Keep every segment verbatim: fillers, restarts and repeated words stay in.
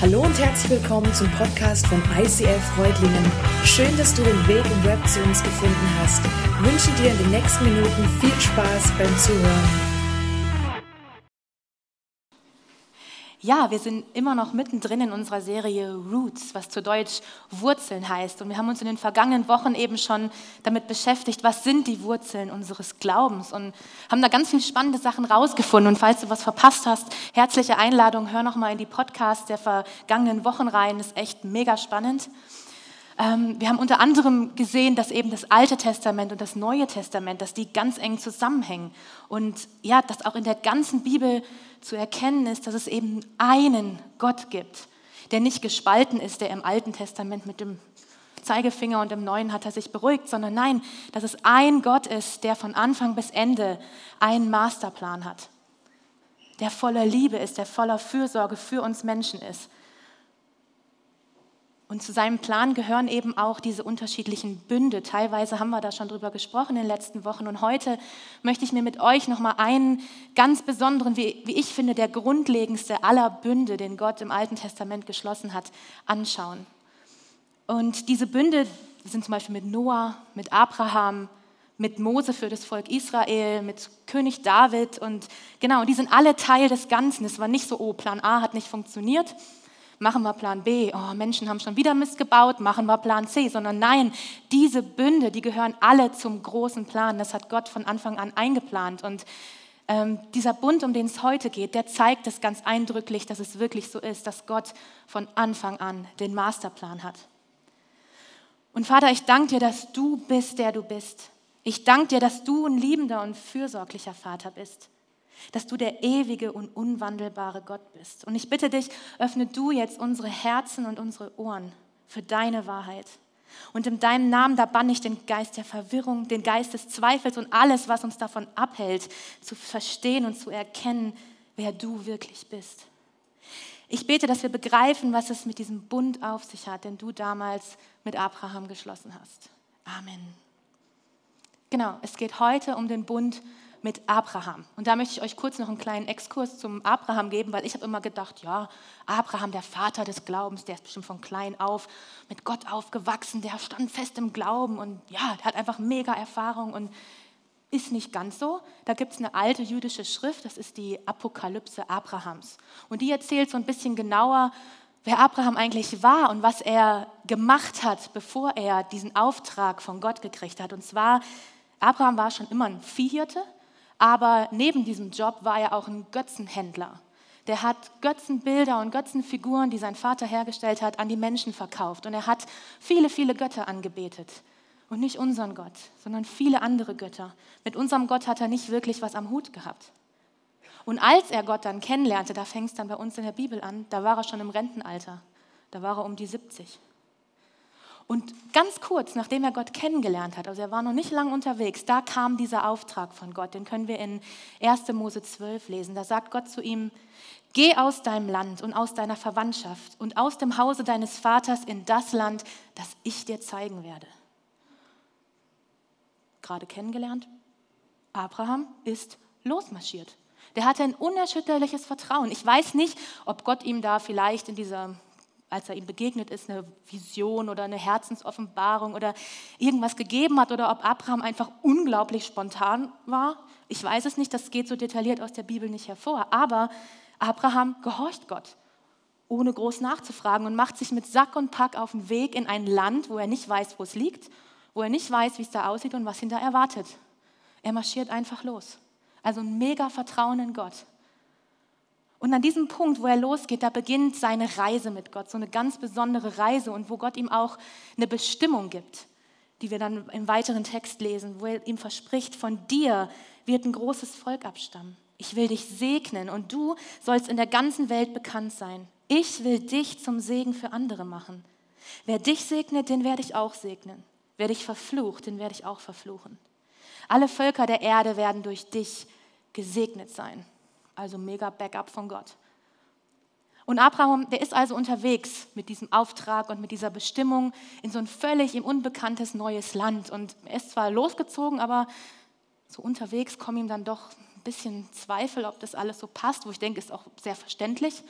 Hallo und herzlich willkommen zum Podcast von I C F Reutlingen. Schön, dass du den Weg im Web zu uns gefunden hast. Ich wünsche dir in den nächsten Minuten viel Spaß beim Zuhören. Ja, wir sind immer noch mittendrin in unserer Serie Roots, was zu Deutsch Wurzeln heißt. Und wir haben uns in den vergangenen Wochen eben schon damit beschäftigt, was sind die Wurzeln unseres Glaubens und haben da ganz viele spannende Sachen rausgefunden. Und falls du was verpasst hast, herzliche Einladung, hör noch mal in die Podcasts der vergangenen Wochen rein, ist echt mega spannend. Ähm, wir haben unter anderem gesehen, dass eben das Alte Testament und das Neue Testament, dass die ganz eng zusammenhängen. Und ja, dass auch in der ganzen Bibel zu erkennen ist, dass es eben einen Gott gibt, der nicht gespalten ist, der im Alten Testament mit dem Zeigefinger und im Neuen hat er sich beruhigt, sondern nein, dass es ein Gott ist, der von Anfang bis Ende einen Masterplan hat, der voller Liebe ist, der voller Fürsorge für uns Menschen ist. Und zu seinem Plan gehören eben auch diese unterschiedlichen Bünde. Teilweise haben wir da schon drüber gesprochen in den letzten Wochen. Und heute möchte ich mir mit euch nochmal einen ganz besonderen, wie, wie ich finde, der grundlegendste aller Bünde, den Gott im Alten Testament geschlossen hat, anschauen. Und diese Bünde sind zum Beispiel mit Noah, mit Abraham, mit Mose für das Volk Israel, mit König David. Und genau, die sind alle Teil des Ganzen. Es war nicht so, oh, Plan A hat nicht funktioniert, machen wir Plan B, oh, Menschen haben schon wieder Mist gebaut, machen wir Plan C, sondern nein, diese Bünde, die gehören alle zum großen Plan, das hat Gott von Anfang an eingeplant und ähm, dieser Bund, um den es heute geht, der zeigt es ganz eindrücklich, dass es wirklich so ist, dass Gott von Anfang an den Masterplan hat. Und Vater, ich danke dir, dass du bist, der du bist. Ich danke dir, dass du ein liebender und fürsorglicher Vater bist. Dass du der ewige und unwandelbare Gott bist. Und ich bitte dich, öffne du jetzt unsere Herzen und unsere Ohren für deine Wahrheit. Und in deinem Namen, da banne ich den Geist der Verwirrung, den Geist des Zweifels und alles, was uns davon abhält, zu verstehen und zu erkennen, wer du wirklich bist. Ich bete, dass wir begreifen, was es mit diesem Bund auf sich hat, den du damals mit Abraham geschlossen hast. Amen. Genau, es geht heute um den Bund mit Abraham. Und da möchte ich euch kurz noch einen kleinen Exkurs zum Abraham geben, weil ich habe immer gedacht, ja, Abraham, der Vater des Glaubens, der ist bestimmt von klein auf mit Gott aufgewachsen, der stand fest im Glauben und ja, der hat einfach mega Erfahrung und ist nicht ganz so. Da gibt es eine alte jüdische Schrift, das ist die Apokalypse Abrahams. Und die erzählt so ein bisschen genauer, wer Abraham eigentlich war und was er gemacht hat, bevor er diesen Auftrag von Gott gekriegt hat. Und zwar, Abraham war schon immer ein Viehhirte, aber neben diesem Job war er auch ein Götzenhändler. Der hat Götzenbilder und Götzenfiguren, die sein Vater hergestellt hat, an die Menschen verkauft. Und er hat viele, viele Götter angebetet. Und nicht unseren Gott, sondern viele andere Götter. Mit unserem Gott hat er nicht wirklich was am Hut gehabt. Und als er Gott dann kennenlernte, da fängt es dann bei uns in der Bibel an, da war er schon im Rentenalter. Da war er um die siebzig. Und ganz kurz, nachdem er Gott kennengelernt hat, also er war noch nicht lang unterwegs, da kam dieser Auftrag von Gott, den können wir in erster Mose zwölf lesen. Da sagt Gott zu ihm, geh aus deinem Land und aus deiner Verwandtschaft und aus dem Hause deines Vaters in das Land, das ich dir zeigen werde. Gerade kennengelernt, Abraham ist losmarschiert. Der hatte ein unerschütterliches Vertrauen. Ich weiß nicht, ob Gott ihm da vielleicht in dieser, als er ihm begegnet ist, eine Vision oder eine Herzensoffenbarung oder irgendwas gegeben hat oder ob Abraham einfach unglaublich spontan war. Ich weiß es nicht, das geht so detailliert aus der Bibel nicht hervor. Aber Abraham gehorcht Gott, ohne groß nachzufragen und macht sich mit Sack und Pack auf den Weg in ein Land, wo er nicht weiß, wo es liegt, wo er nicht weiß, wie es da aussieht und was ihn da erwartet. Er marschiert einfach los. Also ein mega Vertrauen in Gott. Und an diesem Punkt, wo er losgeht, da beginnt seine Reise mit Gott, so eine ganz besondere Reise und wo Gott ihm auch eine Bestimmung gibt, die wir dann im weiteren Text lesen, wo er ihm verspricht, von dir wird ein großes Volk abstammen. Ich will dich segnen und du sollst in der ganzen Welt bekannt sein. Ich will dich zum Segen für andere machen. Wer dich segnet, den werde ich auch segnen. Wer dich verflucht, den werde ich auch verfluchen. Alle Völker der Erde werden durch dich gesegnet sein. Also mega Backup von Gott. Und Abraham, der ist also unterwegs mit diesem Auftrag und mit dieser Bestimmung in so ein völlig ihm unbekanntes neues Land. Und er ist zwar losgezogen, aber so unterwegs kommen ihm dann doch ein bisschen Zweifel, ob das alles so passt, wo ich denke, ist auch sehr verständlich.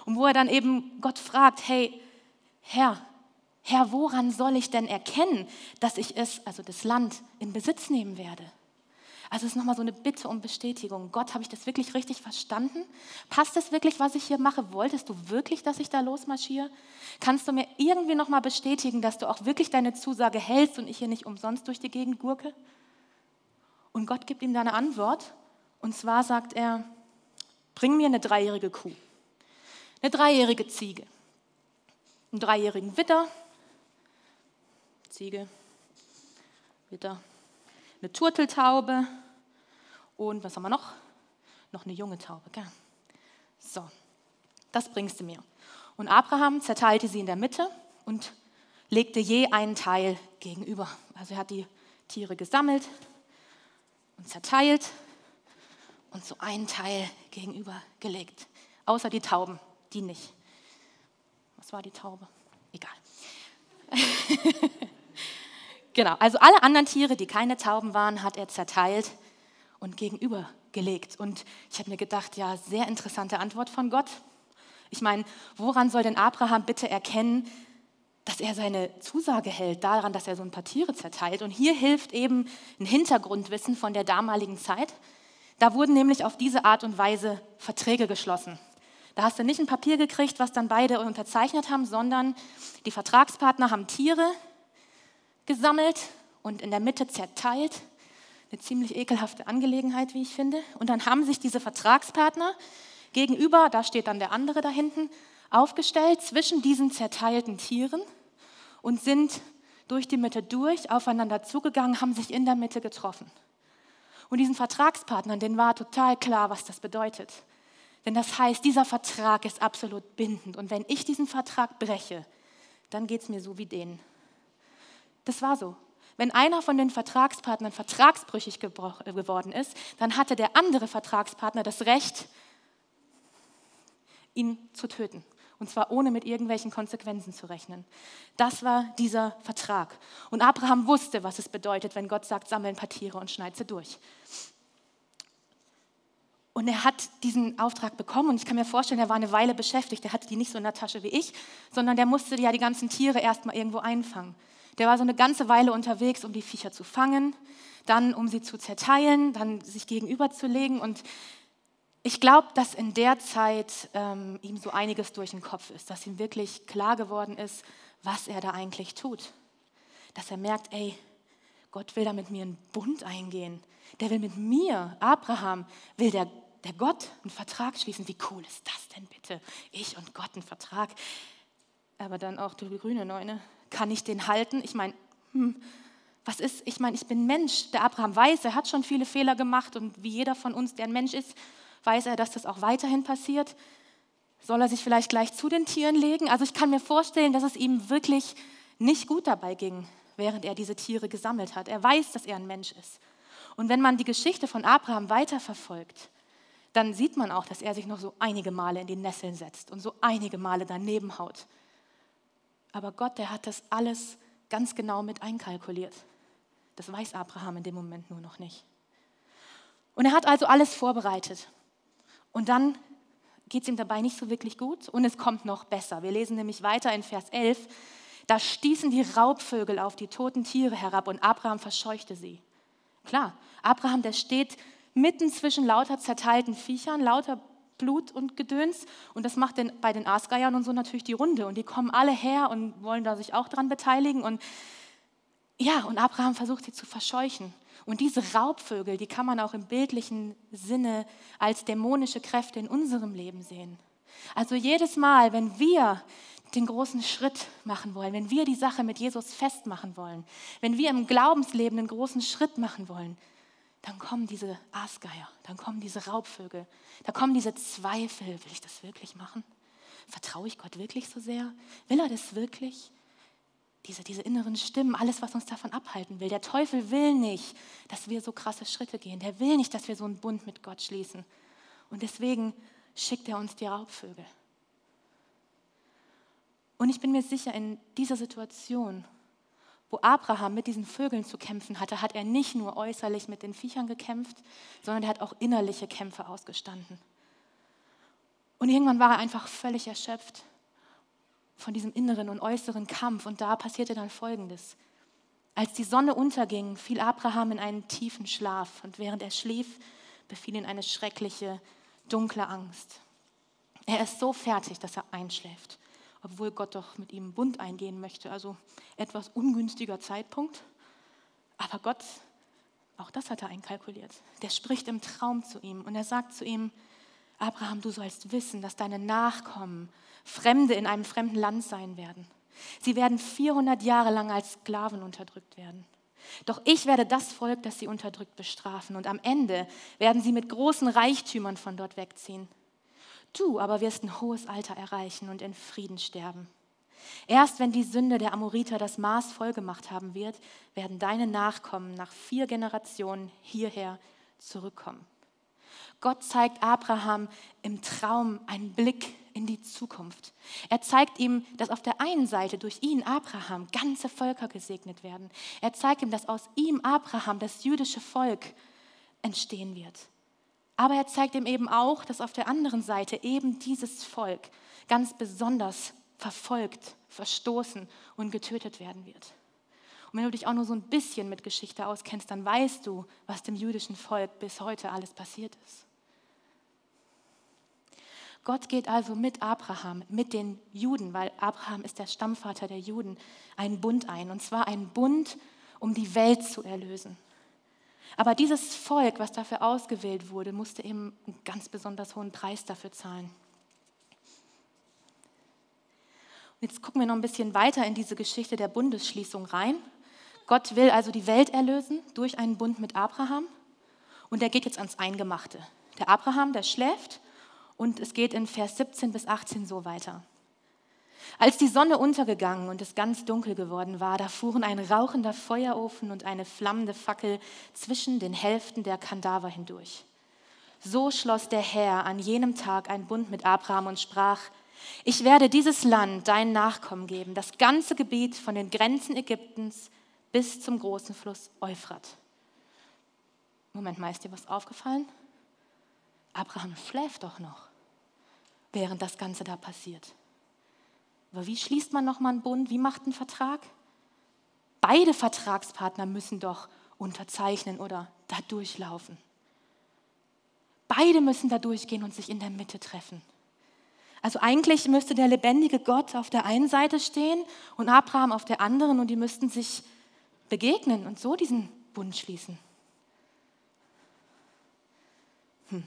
Und wo er dann eben Gott fragt, hey, Herr, Herr, woran soll ich denn erkennen, dass ich es, also das Land, in Besitz nehmen werde? Also es ist nochmal so eine Bitte um Bestätigung. Gott, habe ich das wirklich richtig verstanden? Passt das wirklich, was ich hier mache? Wolltest du wirklich, dass ich da losmarschiere? Kannst du mir irgendwie nochmal bestätigen, dass du auch wirklich deine Zusage hältst und ich hier nicht umsonst durch die Gegend gurke? Und Gott gibt ihm da eine Antwort. Und zwar sagt er, bring mir eine dreijährige Kuh, eine dreijährige Ziege, einen dreijährigen Widder, Ziege, Widder, eine Turteltaube und was haben wir noch? Noch eine junge Taube, gell? So, das bringst du mir. Und Abraham zerteilte sie in der Mitte und legte je einen Teil gegenüber. Also er hat die Tiere gesammelt und zerteilt und so einen Teil gegenüber gelegt. Außer die Tauben, die nicht. Was war die Taube? Egal. Genau, also alle anderen Tiere, die keine Tauben waren, hat er zerteilt und gegenüber gelegt. Und ich habe mir gedacht, ja, sehr interessante Antwort von Gott. Ich meine, woran soll denn Abraham bitte erkennen, dass er seine Zusage hält, daran, dass er so ein paar Tiere zerteilt? Und hier hilft eben ein Hintergrundwissen von der damaligen Zeit. Da wurden nämlich auf diese Art und Weise Verträge geschlossen. Da hast du nicht ein Papier gekriegt, was dann beide unterzeichnet haben, sondern die Vertragspartner haben Tiere gesammelt und in der Mitte zerteilt. Eine ziemlich ekelhafte Angelegenheit, wie ich finde. Und dann haben sich diese Vertragspartner gegenüber, da steht dann der andere da hinten, aufgestellt zwischen diesen zerteilten Tieren und sind durch die Mitte durch, aufeinander zugegangen, haben sich in der Mitte getroffen. Und diesen Vertragspartnern, denen war total klar, was das bedeutet. Denn das heißt, dieser Vertrag ist absolut bindend. Und wenn ich diesen Vertrag breche, dann geht es mir so wie denen. Das war so. Wenn einer von den Vertragspartnern vertragsbrüchig geworden ist, dann hatte der andere Vertragspartner das Recht, ihn zu töten. Und zwar ohne mit irgendwelchen Konsequenzen zu rechnen. Das war dieser Vertrag. Und Abraham wusste, was es bedeutet, wenn Gott sagt, sammle ein paar Tiere und schneid sie durch. Und er hat diesen Auftrag bekommen und ich kann mir vorstellen, er war eine Weile beschäftigt. Er hatte die nicht so in der Tasche wie ich, sondern der musste ja die ganzen Tiere erstmal irgendwo einfangen. Der war so eine ganze Weile unterwegs, um die Viecher zu fangen, dann um sie zu zerteilen, dann sich gegenüberzulegen. Und ich glaube, dass in der Zeit ähm, ihm so einiges durch den Kopf ist, dass ihm wirklich klar geworden ist, was er da eigentlich tut. Dass er merkt, ey, Gott will da mit mir einen Bund eingehen. Der will mit mir, Abraham, will der, der Gott einen Vertrag schließen. Wie cool ist das denn bitte? Ich und Gott einen Vertrag. Aber dann auch die grüne Neune. Kann ich den halten? Ich meine, hm, was ist, ich meine, ich bin Mensch. Der Abraham weiß, er hat schon viele Fehler gemacht und wie jeder von uns, der ein Mensch ist, weiß er, dass das auch weiterhin passiert. Soll er sich vielleicht gleich zu den Tieren legen? Also ich kann mir vorstellen, dass es ihm wirklich nicht gut dabei ging, während er diese Tiere gesammelt hat. Er weiß, dass er ein Mensch ist. Und wenn man die Geschichte von Abraham weiterverfolgt, dann sieht man auch, dass er sich noch so einige Male in die Nesseln setzt und so einige Male daneben haut. Aber Gott, der hat das alles ganz genau mit einkalkuliert. Das weiß Abraham in dem Moment nur noch nicht. Und er hat also alles vorbereitet. Und dann geht es ihm dabei nicht so wirklich gut und es kommt noch besser. Wir lesen nämlich weiter in Vers elf. Da stießen die Raubvögel auf die toten Tiere herab und Abraham verscheuchte sie. Klar, Abraham, der steht mitten zwischen lauter zerteilten Viechern, lauter Blut und Gedöns und das macht den, bei den Aasgeiern und so natürlich die Runde und die kommen alle her und wollen da sich auch dran beteiligen und ja, und Abraham versucht sie zu verscheuchen. Und diese Raubvögel, die kann man auch im bildlichen Sinne als dämonische Kräfte in unserem Leben sehen. Also jedes Mal, wenn wir den großen Schritt machen wollen, wenn wir die Sache mit Jesus festmachen wollen, wenn wir im Glaubensleben einen großen Schritt machen wollen, dann kommen diese Aasgeier, dann kommen diese Raubvögel, da kommen diese Zweifel. Will ich das wirklich machen? Vertraue ich Gott wirklich so sehr? Will er das wirklich? Diese, diese inneren Stimmen, alles, was uns davon abhalten will. Der Teufel will nicht, dass wir so krasse Schritte gehen. Der will nicht, dass wir so einen Bund mit Gott schließen. Und deswegen schickt er uns die Raubvögel. Und ich bin mir sicher, in dieser Situation, wo Abraham mit diesen Vögeln zu kämpfen hatte, hat er nicht nur äußerlich mit den Viechern gekämpft, sondern er hat auch innerliche Kämpfe ausgestanden. Und irgendwann war er einfach völlig erschöpft von diesem inneren und äußeren Kampf. Und da passierte dann Folgendes. Als die Sonne unterging, fiel Abraham in einen tiefen Schlaf. Und während er schlief, befiel ihn eine schreckliche, dunkle Angst. Er ist so fertig, dass er einschläft, obwohl Gott doch mit ihm einen Bund eingehen möchte. Also etwas ungünstiger Zeitpunkt. Aber Gott, auch das hat er einkalkuliert. Der spricht im Traum zu ihm und er sagt zu ihm, Abraham, du sollst wissen, dass deine Nachkommen Fremde in einem fremden Land sein werden. Sie werden vierhundert Jahre lang als Sklaven unterdrückt werden. Doch ich werde das Volk, das sie unterdrückt, bestrafen. Und am Ende werden sie mit großen Reichtümern von dort wegziehen. Du aber wirst ein hohes Alter erreichen und in Frieden sterben. Erst wenn die Sünde der Amoriter das Maß voll gemacht haben wird, werden deine Nachkommen nach vier Generationen hierher zurückkommen. Gott zeigt Abraham im Traum einen Blick in die Zukunft. Er zeigt ihm, dass auf der einen Seite durch ihn, Abraham, ganze Völker gesegnet werden. Er zeigt ihm, dass aus ihm, Abraham, das jüdische Volk entstehen wird. Aber er zeigt ihm eben auch, dass auf der anderen Seite eben dieses Volk ganz besonders verfolgt, verstoßen und getötet werden wird. Und wenn du dich auch nur so ein bisschen mit Geschichte auskennst, dann weißt du, was dem jüdischen Volk bis heute alles passiert ist. Gott geht also mit Abraham, mit den Juden, weil Abraham ist der Stammvater der Juden, einen Bund ein. Und zwar einen Bund, um die Welt zu erlösen. Aber dieses Volk, was dafür ausgewählt wurde, musste eben einen ganz besonders hohen Preis dafür zahlen. Und jetzt gucken wir noch ein bisschen weiter in diese Geschichte der Bundesschließung rein. Gott will also die Welt erlösen durch einen Bund mit Abraham. Und er geht jetzt ans Eingemachte. Der Abraham, der schläft. Und es geht in Vers siebzehn bis achtzehn so weiter. Als die Sonne untergegangen und es ganz dunkel geworden war, da fuhren ein rauchender Feuerofen und eine flammende Fackel zwischen den Hälften der Kadaver hindurch. So schloss der Herr an jenem Tag einen Bund mit Abraham und sprach, ich werde dieses Land deinen Nachkommen geben, das ganze Gebiet von den Grenzen Ägyptens bis zum großen Fluss Euphrat. Moment mal, ist dir was aufgefallen? Abraham schläft doch noch, während das Ganze da passiert. Aber wie schließt man nochmal einen Bund? Wie macht einen Vertrag? Beide Vertragspartner müssen doch unterzeichnen oder da durchlaufen. Beide müssen da durchgehen und sich in der Mitte treffen. Also eigentlich müsste der lebendige Gott auf der einen Seite stehen und Abraham auf der anderen und die müssten sich begegnen und so diesen Bund schließen. Hm.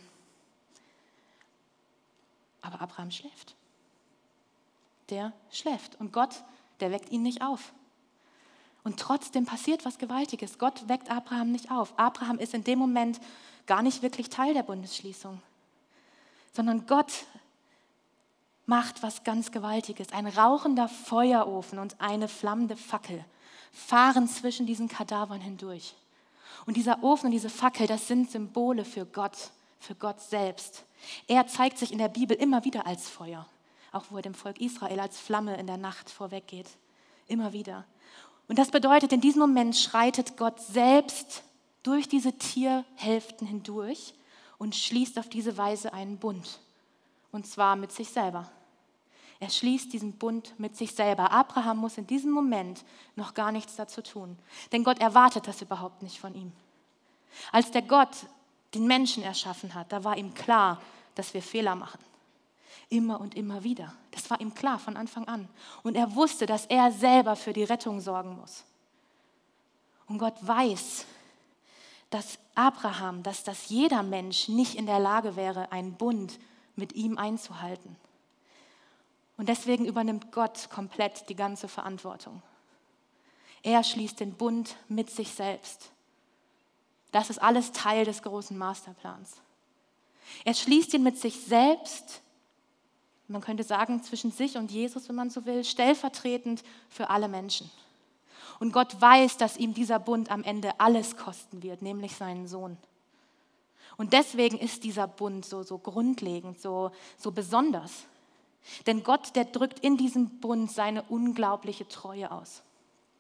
Aber Abraham schläft. Der schläft und Gott, der weckt ihn nicht auf. Und trotzdem passiert was Gewaltiges. Gott weckt Abraham nicht auf. Abraham ist in dem Moment gar nicht wirklich Teil der Bundesschließung, sondern Gott macht was ganz Gewaltiges. Ein rauchender Feuerofen und eine flammende Fackel fahren zwischen diesen Kadavern hindurch. Und dieser Ofen und diese Fackel, das sind Symbole für Gott, für Gott selbst. Er zeigt sich in der Bibel immer wieder als Feuer, auch wo er dem Volk Israel als Flamme in der Nacht vorweggeht. Immer wieder. Und das bedeutet, in diesem Moment schreitet Gott selbst durch diese Tierhälften hindurch und schließt auf diese Weise einen Bund. Und zwar mit sich selber. Er schließt diesen Bund mit sich selber. Abraham muss in diesem Moment noch gar nichts dazu tun. Denn Gott erwartet das überhaupt nicht von ihm. Als der Gott den Menschen erschaffen hat, da war ihm klar, dass wir Fehler machen. Immer und immer wieder. Das war ihm klar von Anfang an. Und er wusste, dass er selber für die Rettung sorgen muss. Und Gott weiß, dass Abraham, dass das jeder Mensch nicht in der Lage wäre, einen Bund mit ihm einzuhalten. Und deswegen übernimmt Gott komplett die ganze Verantwortung. Er schließt den Bund mit sich selbst. Das ist alles Teil des großen Masterplans. Er schließt ihn mit sich selbst, man könnte sagen zwischen sich und Jesus, wenn man so will, stellvertretend für alle Menschen. Und Gott weiß, dass ihm dieser Bund am Ende alles kosten wird, nämlich seinen Sohn. Und deswegen ist dieser Bund so, so grundlegend, so, so besonders. Denn Gott, der drückt in diesem Bund seine unglaubliche Treue aus.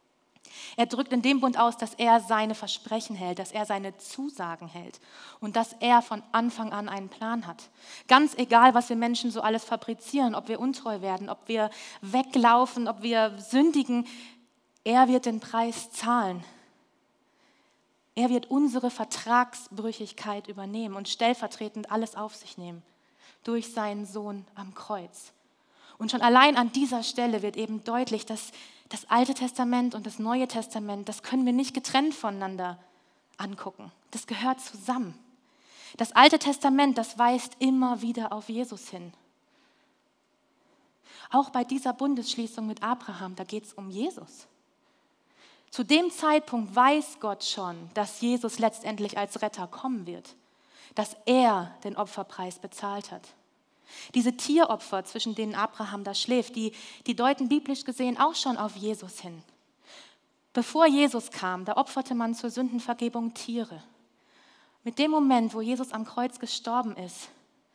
Er drückt in dem Bund aus, dass er seine Versprechen hält, dass er seine Zusagen hält und dass er von Anfang an einen Plan hat. Ganz egal, was wir Menschen so alles fabrizieren, ob wir untreu werden, ob wir weglaufen, ob wir sündigen, er wird den Preis zahlen. Er wird unsere Vertragsbrüchigkeit übernehmen und stellvertretend alles auf sich nehmen durch seinen Sohn am Kreuz. Und schon allein an dieser Stelle wird eben deutlich, dass das Alte Testament und das Neue Testament, das können wir nicht getrennt voneinander angucken. Das gehört zusammen. Das Alte Testament, das weist immer wieder auf Jesus hin. Auch bei dieser Bundesschließung mit Abraham, da geht es um Jesus. Zu dem Zeitpunkt weiß Gott schon, dass Jesus letztendlich als Retter kommen wird, dass er den Opferpreis bezahlt hat. Diese Tieropfer, zwischen denen Abraham da schläft, die, die deuten biblisch gesehen auch schon auf Jesus hin. Bevor Jesus kam, da opferte man zur Sündenvergebung Tiere. Mit dem Moment, wo Jesus am Kreuz gestorben ist,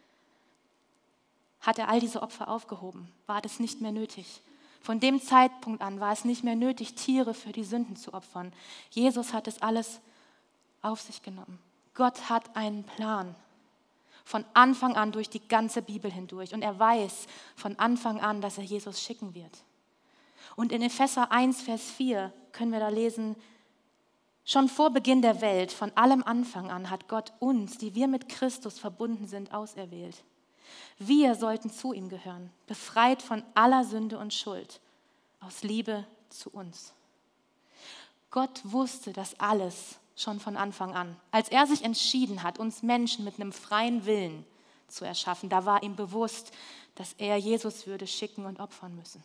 hat er all diese Opfer aufgehoben, war das nicht mehr nötig. Von dem Zeitpunkt an war es nicht mehr nötig, Tiere für die Sünden zu opfern. Jesus hat es alles auf sich genommen. Gott hat einen Plan. Von Anfang an durch die ganze Bibel hindurch. Und er weiß von Anfang an, dass er Jesus schicken wird. Und in Epheser eins, Vers vier können wir da lesen, schon vor Beginn der Welt, von allem Anfang an, hat Gott uns, die wir mit Christus verbunden sind, auserwählt. Wir sollten zu ihm gehören, befreit von aller Sünde und Schuld, aus Liebe zu uns. Gott wusste das alles schon von Anfang an. Als er sich entschieden hat, uns Menschen mit einem freien Willen zu erschaffen, da war ihm bewusst, dass er Jesus würde schicken und opfern müssen.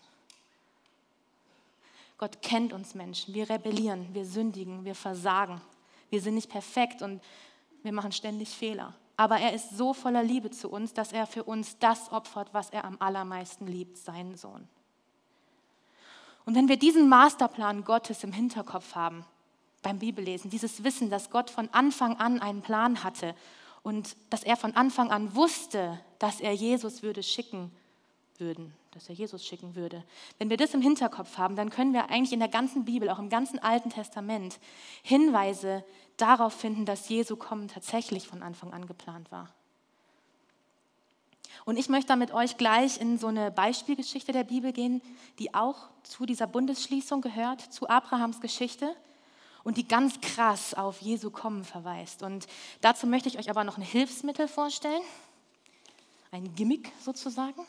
Gott kennt uns Menschen. Wir rebellieren, wir sündigen, wir versagen. Wir sind nicht perfekt und wir machen ständig Fehler. Aber er ist so voller Liebe zu uns, dass er für uns das opfert, was er am allermeisten liebt, seinen Sohn. Und wenn wir diesen Masterplan Gottes im Hinterkopf haben, beim Bibellesen, dieses Wissen, dass Gott von Anfang an einen Plan hatte und dass er von Anfang an wusste, dass er Jesus würde schicken würden, dass er Jesus schicken würde. Wenn wir das im Hinterkopf haben, dann können wir eigentlich in der ganzen Bibel, auch im ganzen Alten Testament, Hinweise darauf finden, dass Jesu Kommen tatsächlich von Anfang an geplant war. Und ich möchte mit euch gleich in so eine Beispielgeschichte der Bibel gehen, die auch zu dieser Bundesschließung gehört, zu Abrahams Geschichte und die ganz krass auf Jesu Kommen verweist. Und dazu möchte ich euch aber noch ein Hilfsmittel vorstellen, ein Gimmick sozusagen.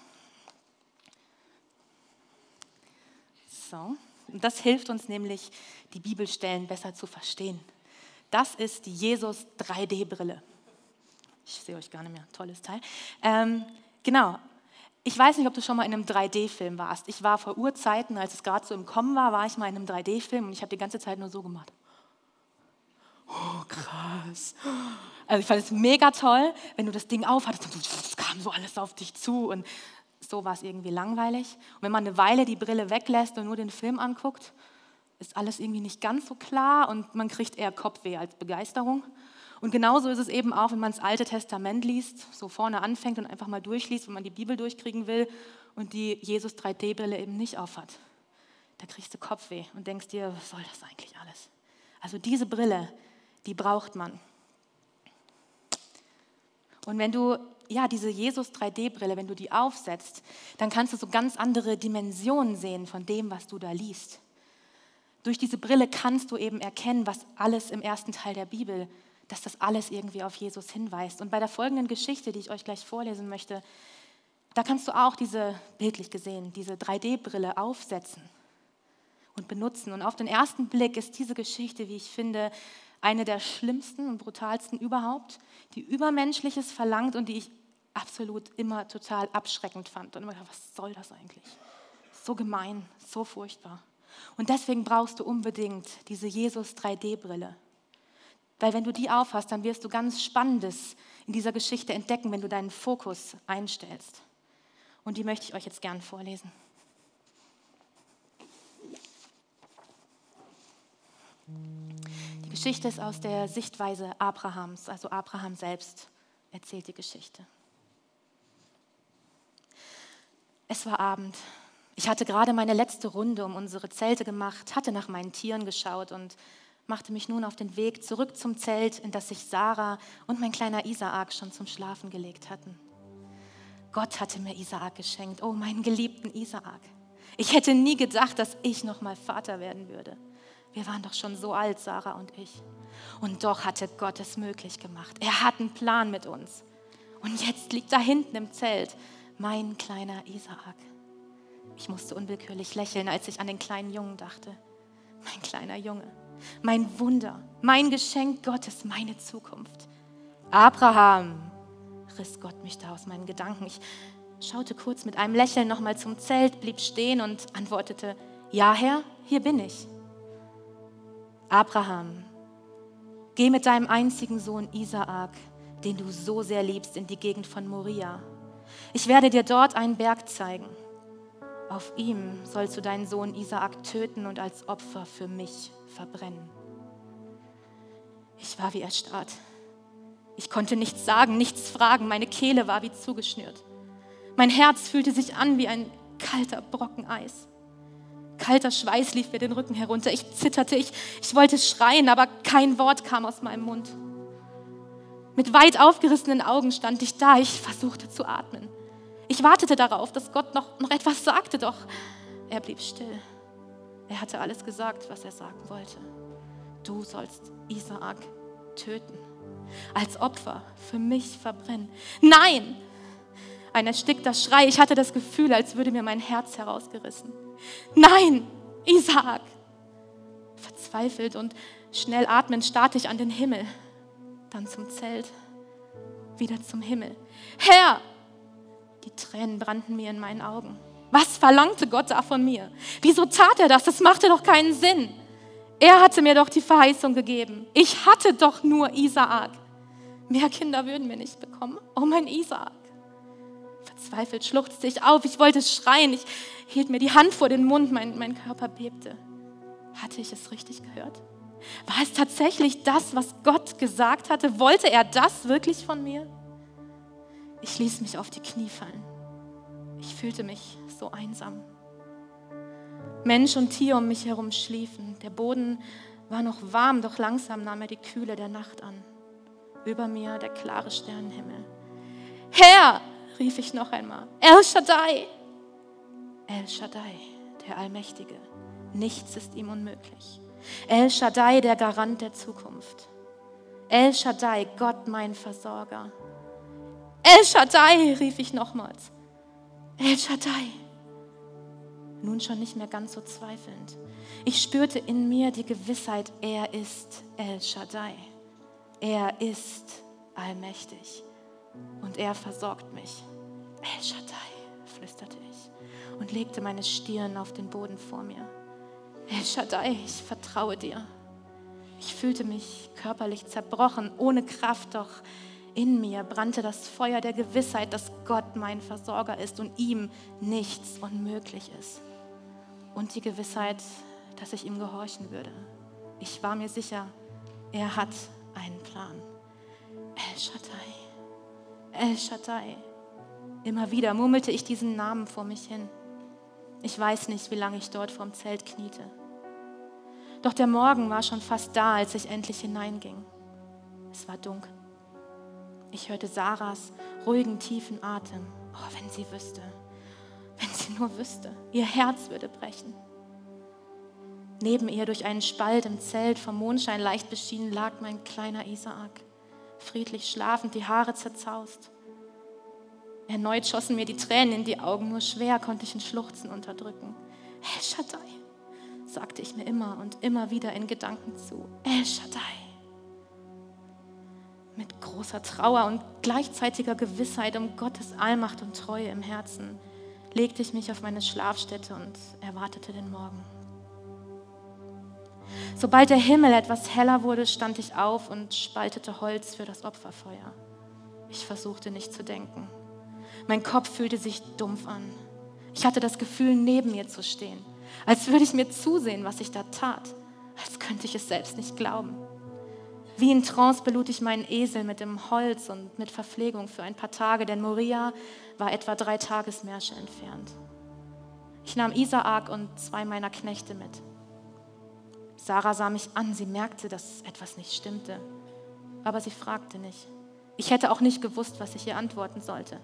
So, und das hilft uns nämlich, die Bibelstellen besser zu verstehen. Das ist die Jesus drei D Brille. Ich sehe euch gar nicht mehr, tolles Teil. Ähm, genau, ich weiß nicht, ob du schon mal in einem drei D Film warst. Ich war vor Urzeiten, als es gerade so im Kommen war, war ich mal in einem drei D Film und ich habe die ganze Zeit nur so gemacht. Oh, krass. Also ich fand es mega toll, wenn du das Ding aufhattest und es kam so alles auf dich zu und so war es irgendwie langweilig. Und wenn man eine Weile die Brille weglässt und nur den Film anguckt, ist alles irgendwie nicht ganz so klar und man kriegt eher Kopfweh als Begeisterung. Und genauso ist es eben auch, wenn man das Alte Testament liest, so vorne anfängt und einfach mal durchliest, wenn man die Bibel durchkriegen will und die Jesus drei D Brille eben nicht aufhat. Da kriegst du Kopfweh und denkst dir, was soll das eigentlich alles? Also diese Brille, die braucht man. Und wenn du ja, diese Jesus drei D Brille, wenn du die aufsetzt, dann kannst du so ganz andere Dimensionen sehen von dem, was du da liest. Durch diese Brille kannst du eben erkennen, was alles im ersten Teil der Bibel, dass das alles irgendwie auf Jesus hinweist. Und bei der folgenden Geschichte, die ich euch gleich vorlesen möchte, da kannst du auch diese, bildlich gesehen, diese drei D Brille aufsetzen und benutzen. Und auf den ersten Blick ist diese Geschichte, wie ich finde, eine der schlimmsten und brutalsten überhaupt, die Übermenschliches verlangt und die ich absolut immer total abschreckend fand. Und immer gedacht, was soll das eigentlich? So gemein, so furchtbar. Und deswegen brauchst du unbedingt diese Jesus drei D Brille. Weil wenn du die aufhast, dann wirst du ganz Spannendes in dieser Geschichte entdecken, wenn du deinen Fokus einstellst. Und die möchte ich euch jetzt gern vorlesen. Die Geschichte ist aus der Sichtweise Abrahams, also Abraham selbst erzählt die Geschichte. Es war Abend. Ich hatte gerade meine letzte Runde um unsere Zelte gemacht, hatte nach meinen Tieren geschaut und machte mich nun auf den Weg zurück zum Zelt, in das sich Sarah und mein kleiner Isaak schon zum Schlafen gelegt hatten. Gott hatte mir Isaak geschenkt, oh, meinen geliebten Isaak. Ich hätte nie gedacht, dass ich noch mal Vater werden würde. Wir waren doch schon so alt, Sarah und ich. Und doch hatte Gott es möglich gemacht. Er hat einen Plan mit uns. Und jetzt liegt da hinten im Zelt mein kleiner Isaak. Ich musste unwillkürlich lächeln, als ich an den kleinen Jungen dachte. Mein kleiner Junge, mein Wunder, mein Geschenk Gottes, meine Zukunft. Abraham, riss Gott mich da aus meinen Gedanken. Ich schaute kurz mit einem Lächeln nochmal zum Zelt, blieb stehen und antwortete, ja Herr, hier bin ich. Abraham, geh mit deinem einzigen Sohn Isaak, den du so sehr liebst, in die Gegend von Moria. Ich werde dir dort einen Berg zeigen. Auf ihm sollst du deinen Sohn Isaak töten und als Opfer für mich verbrennen. Ich war wie erstarrt. Ich konnte nichts sagen, nichts fragen. Meine Kehle war wie zugeschnürt. Mein Herz fühlte sich an wie ein kalter Brocken Eis. Kalter Schweiß lief mir den Rücken herunter. Ich zitterte, ich, ich wollte schreien, aber kein Wort kam aus meinem Mund. Mit weit aufgerissenen Augen stand ich da. Ich versuchte zu atmen. Ich wartete darauf, dass Gott noch, noch etwas sagte, doch er blieb still. Er hatte alles gesagt, was er sagen wollte. Du sollst Isaak töten, als Opfer für mich verbrennen. Nein! Ein erstickter Schrei. Ich hatte das Gefühl, als würde mir mein Herz herausgerissen. Nein, Isaak! Verzweifelt und schnell atmend starrte ich an den Himmel, dann zum Zelt, wieder zum Himmel. Herr! Die Tränen brannten mir in meinen Augen. Was verlangte Gott da von mir? Wieso tat er das? Das machte doch keinen Sinn. Er hatte mir doch die Verheißung gegeben. Ich hatte doch nur Isaak. Mehr Kinder würden wir nicht bekommen. Oh, mein Isaak. Verzweifelt schluchzte ich auf. Ich wollte schreien. Ich hielt mir die Hand vor den Mund. Mein, mein Körper bebte. Hatte ich es richtig gehört? War es tatsächlich das, was Gott gesagt hatte? Wollte er das wirklich von mir? Ich ließ mich auf die Knie fallen. Ich fühlte mich so einsam. Mensch und Tier um mich herum schliefen. Der Boden war noch warm, doch langsam nahm er die Kühle der Nacht an. Über mir der klare Sternenhimmel. Herr, rief ich noch einmal. El Shaddai. El Shaddai, der Allmächtige. Nichts ist ihm unmöglich. El Shaddai, der Garant der Zukunft. El Shaddai, Gott mein Versorger. El Shaddai, rief ich nochmals. El Shaddai. Nun schon nicht mehr ganz so zweifelnd. Ich spürte in mir die Gewissheit, er ist El Shaddai. Er ist allmächtig und er versorgt mich. El Shaddai, flüsterte ich und legte meine Stirn auf den Boden vor mir. El Shaddai, ich vertraue dir. Ich fühlte mich körperlich zerbrochen, ohne Kraft, doch in mir brannte das Feuer der Gewissheit, dass Gott mein Versorger ist und ihm nichts unmöglich ist. Und die Gewissheit, dass ich ihm gehorchen würde. Ich war mir sicher, er hat einen Plan. El Shaddai, El Shaddai. Immer wieder murmelte ich diesen Namen vor mich hin. Ich weiß nicht, wie lange ich dort vorm Zelt kniete. Doch der Morgen war schon fast da, als ich endlich hineinging. Es war dunkel. Ich hörte Sarahs ruhigen, tiefen Atem. Oh, wenn sie wüsste, wenn sie nur wüsste, ihr Herz würde brechen. Neben ihr durch einen Spalt im Zelt, vom Mondschein leicht beschienen, lag mein kleiner Isaak, friedlich schlafend, die Haare zerzaust. Erneut schossen mir die Tränen in die Augen, nur schwer konnte ich ein Schluchzen unterdrücken. El Shaddai, sagte ich mir immer und immer wieder in Gedanken zu. El Shaddai. Mit großer Trauer und gleichzeitiger Gewissheit um Gottes Allmacht und Treue im Herzen legte ich mich auf meine Schlafstätte und erwartete den Morgen. Sobald der Himmel etwas heller wurde, stand ich auf und spaltete Holz für das Opferfeuer. Ich versuchte nicht zu denken. Mein Kopf fühlte sich dumpf an. Ich hatte das Gefühl, neben mir zu stehen, als würde ich mir zusehen, was ich da tat, als könnte ich es selbst nicht glauben. Wie in Trance belud ich meinen Esel mit dem Holz und mit Verpflegung für ein paar Tage, denn Moria war etwa drei Tagesmärsche entfernt. Ich nahm Isaak und zwei meiner Knechte mit. Sarah sah mich an, sie merkte, dass etwas nicht stimmte. Aber sie fragte nicht. Ich hätte auch nicht gewusst, was ich ihr antworten sollte.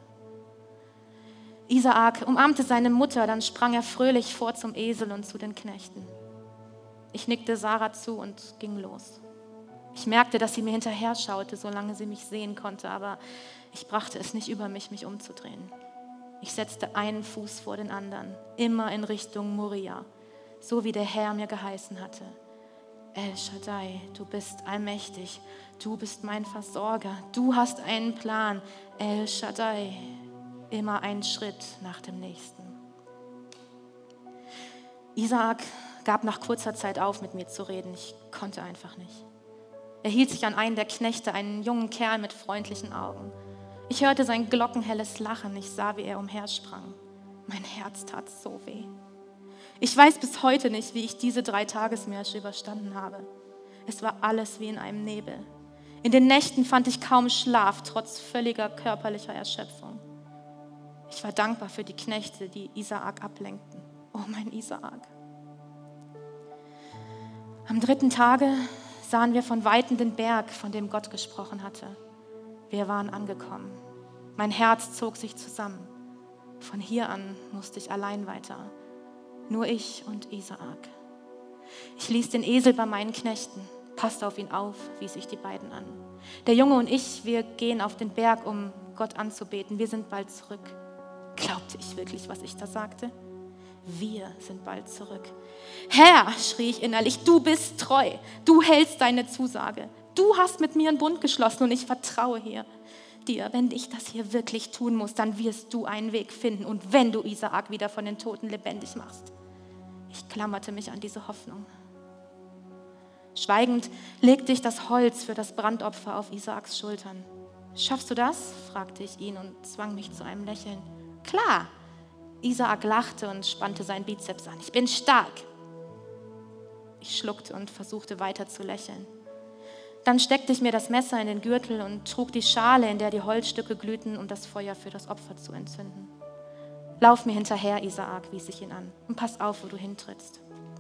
Isaak umarmte seine Mutter, dann sprang er fröhlich vor zum Esel und zu den Knechten. Ich nickte Sarah zu und ging los. Ich merkte, dass sie mir hinterher schaute, solange sie mich sehen konnte, aber ich brachte es nicht über mich, mich umzudrehen. Ich setzte einen Fuß vor den anderen, immer in Richtung Moria, so wie der Herr mir geheißen hatte. El Shaddai, du bist allmächtig, du bist mein Versorger, du hast einen Plan. El Shaddai, immer ein Schritt nach dem nächsten. Isaak gab nach kurzer Zeit auf, mit mir zu reden. Ich konnte einfach nicht. Er hielt sich an einen der Knechte, einen jungen Kerl mit freundlichen Augen. Ich hörte sein glockenhelles Lachen, ich sah, wie er umhersprang. Mein Herz tat so weh. Ich weiß bis heute nicht, wie ich diese drei Tagesmärsche überstanden habe. Es war alles wie in einem Nebel. In den Nächten fand ich kaum Schlaf, trotz völliger körperlicher Erschöpfung. Ich war dankbar für die Knechte, die Isaak ablenkten. Oh, mein Isaak. Am dritten Tage sahen wir von Weitem den Berg, von dem Gott gesprochen hatte. Wir waren angekommen. Mein Herz zog sich zusammen. Von hier an musste ich allein weiter. Nur ich und Isaak. Ich ließ den Esel bei meinen Knechten, passte auf ihn auf, wies ich die beiden an. Der Junge und ich, wir gehen auf den Berg, um Gott anzubeten. Wir sind bald zurück. Glaubte ich wirklich, was ich da sagte? Wir sind bald zurück. Herr, schrie ich innerlich, du bist treu. Du hältst deine Zusage. Du hast mit mir einen Bund geschlossen und ich vertraue hier dir. Wenn ich das hier wirklich tun muss, dann wirst du einen Weg finden. Und wenn du Isaak wieder von den Toten lebendig machst. Ich klammerte mich an diese Hoffnung. Schweigend legte ich das Holz für das Brandopfer auf Isaaks Schultern. Schaffst du das? Fragte ich ihn und zwang mich zu einem Lächeln. Klar. Isaak lachte und spannte seinen Bizeps an. Ich bin stark. Ich schluckte und versuchte weiter zu lächeln. Dann steckte ich mir das Messer in den Gürtel und trug die Schale, in der die Holzstücke glühten, um das Feuer für das Opfer zu entzünden. Lauf mir hinterher, Isaak, wies ich ihn an, und pass auf, wo du hintrittst.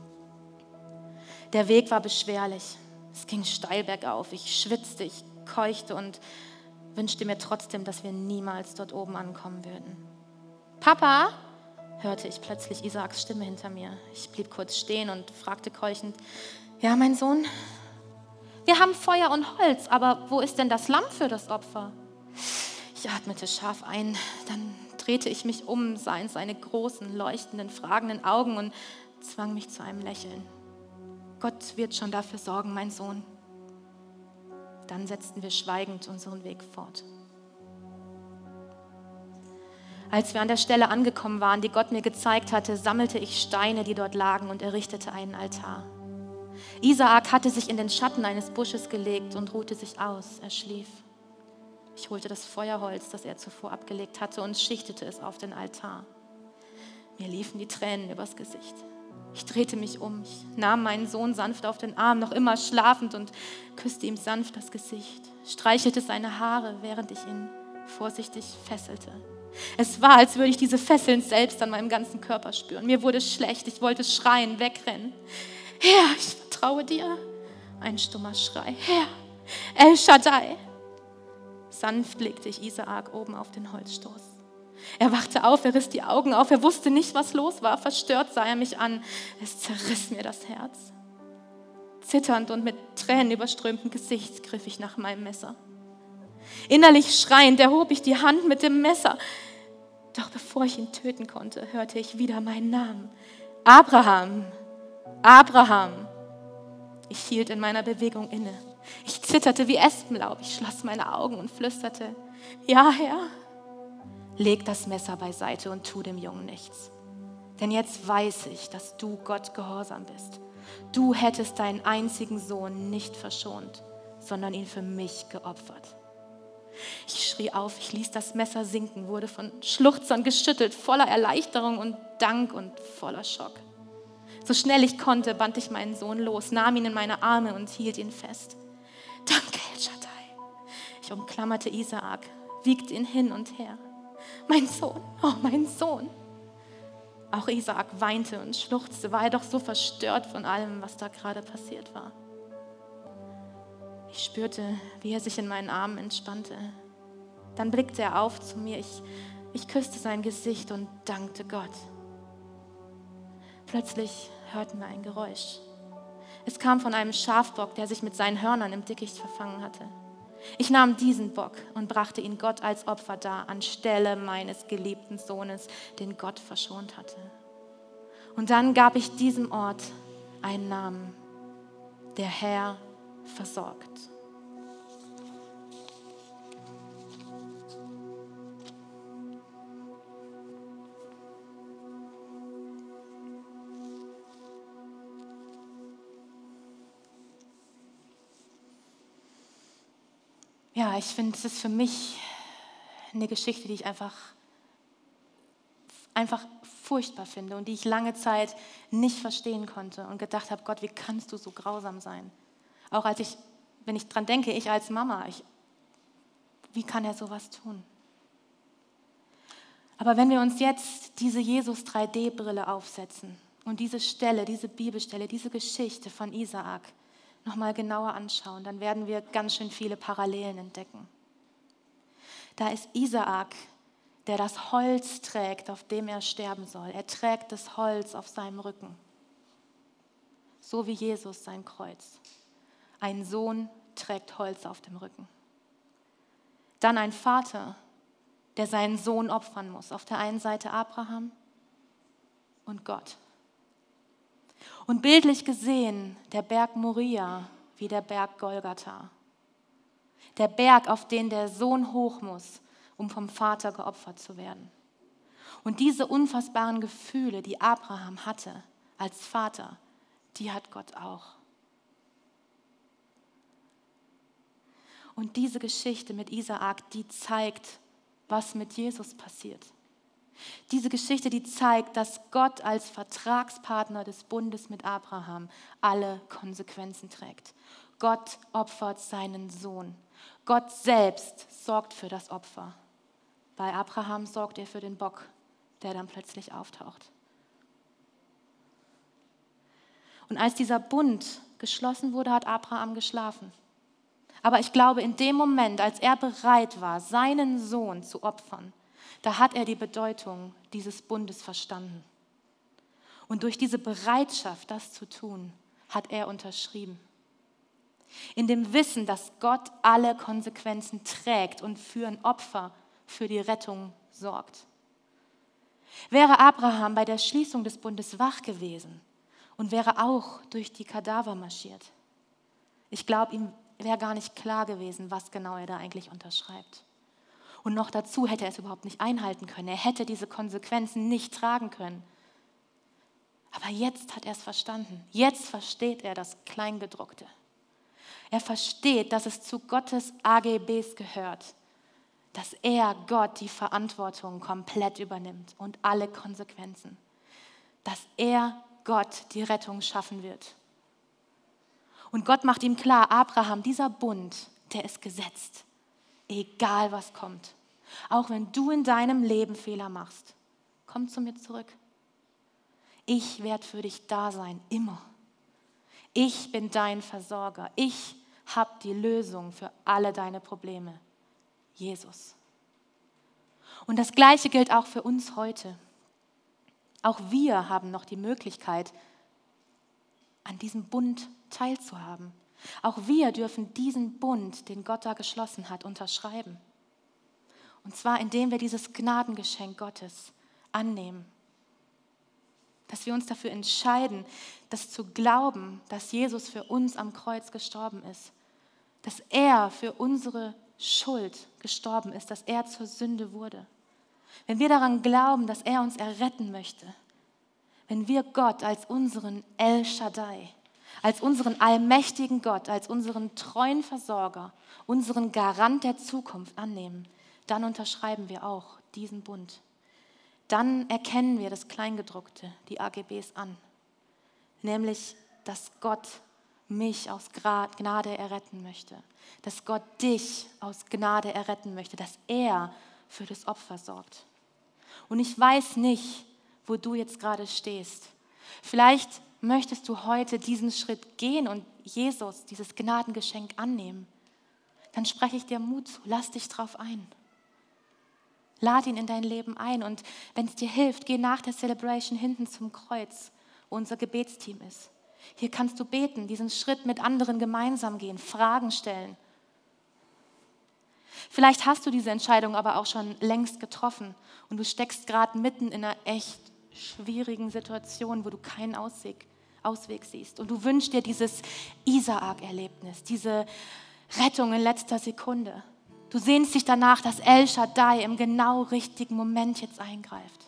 Der Weg war beschwerlich. Es ging steil bergauf. Ich schwitzte, ich keuchte und wünschte mir trotzdem, dass wir niemals dort oben ankommen würden. Papa, hörte ich plötzlich Isaaks Stimme hinter mir. Ich blieb kurz stehen und fragte keuchend, ja, mein Sohn? Wir haben Feuer und Holz, aber wo ist denn das Lamm für das Opfer? Ich atmete scharf ein, dann drehte ich mich um, sah in seine großen, leuchtenden, fragenden Augen und zwang mich zu einem Lächeln. Gott wird schon dafür sorgen, mein Sohn. Dann setzten wir schweigend unseren Weg fort. Als wir an der Stelle angekommen waren, die Gott mir gezeigt hatte, sammelte ich Steine, die dort lagen, und errichtete einen Altar. Isaak hatte sich in den Schatten eines Busches gelegt und ruhte sich aus. Er schlief. Ich holte das Feuerholz, das er zuvor abgelegt hatte, und schichtete es auf den Altar. Mir liefen die Tränen übers Gesicht. Ich drehte mich um, ich nahm meinen Sohn sanft auf den Arm, noch immer schlafend, und küsste ihm sanft das Gesicht, streichelte seine Haare, während ich ihn vorsichtig fesselte. Es war, als würde ich diese Fesseln selbst an meinem ganzen Körper spüren. Mir wurde schlecht, ich wollte schreien, wegrennen. Herr, ich vertraue dir. Ein stummer Schrei. Herr, El Shaddai. Sanft legte ich Isaak oben auf den Holzstoß. Er wachte auf, er riss die Augen auf, er wusste nicht, was los war. Verstört sah er mich an. Es zerriss mir das Herz. Zitternd und mit Tränen überströmtem Gesicht griff ich nach meinem Messer. Innerlich schreiend erhob ich die Hand mit dem Messer. Doch bevor ich ihn töten konnte, hörte ich wieder meinen Namen. Abraham, Abraham. Ich hielt in meiner Bewegung inne. Ich zitterte wie Espenlaub. Ich schloss meine Augen und flüsterte, ja, Herr. Leg das Messer beiseite und tu dem Jungen nichts. Denn jetzt weiß ich, dass du Gott gehorsam bist. Du hättest deinen einzigen Sohn nicht verschont, sondern ihn für mich geopfert. Ich schrie auf, ich ließ das Messer sinken, wurde von Schluchzern geschüttelt, voller Erleichterung und Dank und voller Schock. So schnell ich konnte, band ich meinen Sohn los, nahm ihn in meine Arme und hielt ihn fest. Danke, El Shaddai. Ich umklammerte Isaak, wiegte ihn hin und her. Mein Sohn, oh mein Sohn. Auch Isaak weinte und schluchzte, war er doch so verstört von allem, was da gerade passiert war. Ich spürte, wie er sich in meinen Armen entspannte. Dann blickte er auf zu mir. Ich, ich küsste sein Gesicht und dankte Gott. Plötzlich hörten wir ein Geräusch. Es kam von einem Schafbock, der sich mit seinen Hörnern im Dickicht verfangen hatte. Ich nahm diesen Bock und brachte ihn Gott als Opfer dar, anstelle meines geliebten Sohnes, den Gott verschont hatte. Und dann gab ich diesem Ort einen Namen: Der Herr versorgt. Ja, ich finde, es ist für mich eine Geschichte, die ich einfach, einfach furchtbar finde und die ich lange Zeit nicht verstehen konnte und gedacht habe, Gott, wie kannst du so grausam sein? Auch als ich, wenn ich dran denke, ich als Mama, ich, wie kann er sowas tun? Aber wenn wir uns jetzt diese Jesus drei D Brille aufsetzen und diese Stelle, diese Bibelstelle, diese Geschichte von Isaak nochmal genauer anschauen, dann werden wir ganz schön viele Parallelen entdecken. Da ist Isaak, der das Holz trägt, auf dem er sterben soll. Er trägt das Holz auf seinem Rücken. So wie Jesus sein Kreuz. Ein Sohn trägt Holz auf dem Rücken. Dann ein Vater, der seinen Sohn opfern muss. Auf der einen Seite Abraham und Gott. Und bildlich gesehen der Berg Moria wie der Berg Golgatha. Der Berg, auf den der Sohn hoch muss, um vom Vater geopfert zu werden. Und diese unfassbaren Gefühle, die Abraham hatte als Vater, die hat Gott auch. Und diese Geschichte mit Isaak, die zeigt, was mit Jesus passiert. Diese Geschichte, die zeigt, dass Gott als Vertragspartner des Bundes mit Abraham alle Konsequenzen trägt. Gott opfert seinen Sohn. Gott selbst sorgt für das Opfer. Bei Abraham sorgt er für den Bock, der dann plötzlich auftaucht. Und als dieser Bund geschlossen wurde, hat Abraham geschlafen. Aber ich glaube, in dem Moment, als er bereit war, seinen Sohn zu opfern, da hat er die Bedeutung dieses Bundes verstanden. Und durch diese Bereitschaft, das zu tun, hat er unterschrieben. In dem Wissen, dass Gott alle Konsequenzen trägt und für ein Opfer, für die Rettung sorgt. Wäre Abraham bei der Schließung des Bundes wach gewesen und wäre auch durch die Kadaver marschiert, ich glaube, ihm wäre gar nicht klar gewesen, was genau er da eigentlich unterschreibt. Und noch dazu hätte er es überhaupt nicht einhalten können. Er hätte diese Konsequenzen nicht tragen können. Aber jetzt hat er es verstanden. Jetzt versteht er das Kleingedruckte. Er versteht, dass es zu Gottes A G Bs gehört, dass er, Gott, die Verantwortung komplett übernimmt und alle Konsequenzen. Dass er, Gott, die Rettung schaffen wird. Und Gott macht ihm klar, Abraham, dieser Bund, der ist gesetzt. Egal was kommt. Auch wenn du in deinem Leben Fehler machst, komm zu mir zurück. Ich werde für dich da sein, immer. Ich bin dein Versorger. Ich habe die Lösung für alle deine Probleme. Jesus. Und das Gleiche gilt auch für uns heute. Auch wir haben noch die Möglichkeit, an diesem Bund teilzuhaben. Auch wir dürfen diesen Bund, den Gott da geschlossen hat, unterschreiben. Und zwar, indem wir dieses Gnadengeschenk Gottes annehmen. Dass wir uns dafür entscheiden, das zu glauben, dass Jesus für uns am Kreuz gestorben ist. Dass er für unsere Schuld gestorben ist, dass er zur Sünde wurde. Wenn wir daran glauben, dass er uns erretten möchte, wenn wir Gott als unseren El Shaddai, als unseren allmächtigen Gott, als unseren treuen Versorger, unseren Garant der Zukunft annehmen, dann unterschreiben wir auch diesen Bund. Dann erkennen wir das Kleingedruckte, die A G Bs an. Nämlich, dass Gott mich aus Gnade erretten möchte. Dass Gott dich aus Gnade erretten möchte. Dass er für das Opfer sorgt. Und ich weiß nicht, wo du jetzt gerade stehst. Vielleicht möchtest du heute diesen Schritt gehen und Jesus, dieses Gnadengeschenk annehmen. Dann spreche ich dir Mut zu, lass dich drauf ein. Lad ihn in dein Leben ein und wenn es dir hilft, geh nach der Celebration hinten zum Kreuz, wo unser Gebetsteam ist. Hier kannst du beten, diesen Schritt mit anderen gemeinsam gehen, Fragen stellen. Vielleicht hast du diese Entscheidung aber auch schon längst getroffen und du steckst gerade mitten in einer echt schwierigen Situation, wo du keinen Ausweg, Ausweg siehst. Und du wünschst dir dieses Isaak-Erlebnis, diese Rettung in letzter Sekunde. Du sehnst dich danach, dass El Shaddai im genau richtigen Moment jetzt eingreift.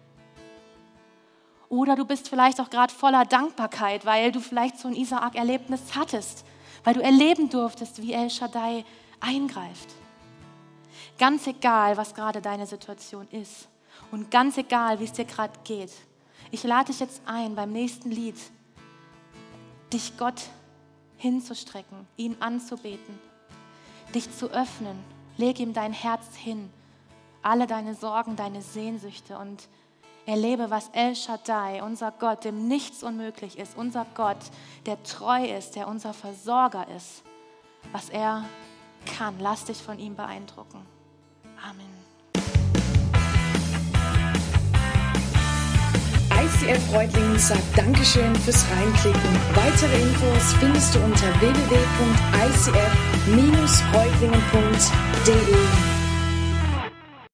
Oder du bist vielleicht auch gerade voller Dankbarkeit, weil du vielleicht so ein Isaak-Erlebnis hattest, weil du erleben durftest, wie El Shaddai eingreift. Ganz egal, was gerade deine Situation ist und ganz egal, wie es dir gerade geht. Ich lade dich jetzt ein, beim nächsten Lied dich Gott hinzustrecken, ihn anzubeten, dich zu öffnen. Leg ihm dein Herz hin, alle deine Sorgen, deine Sehnsüchte und erlebe, was El Shaddai, unser Gott, dem nichts unmöglich ist, unser Gott, der treu ist, der unser Versorger ist, was er kann. Lass dich von ihm beeindrucken. Amen. I C F Reutlingen sagt Dankeschön fürs Reinklicken. Weitere Infos findest du unter w w w punkt i c f Bindestrich reutlingen punkt d e.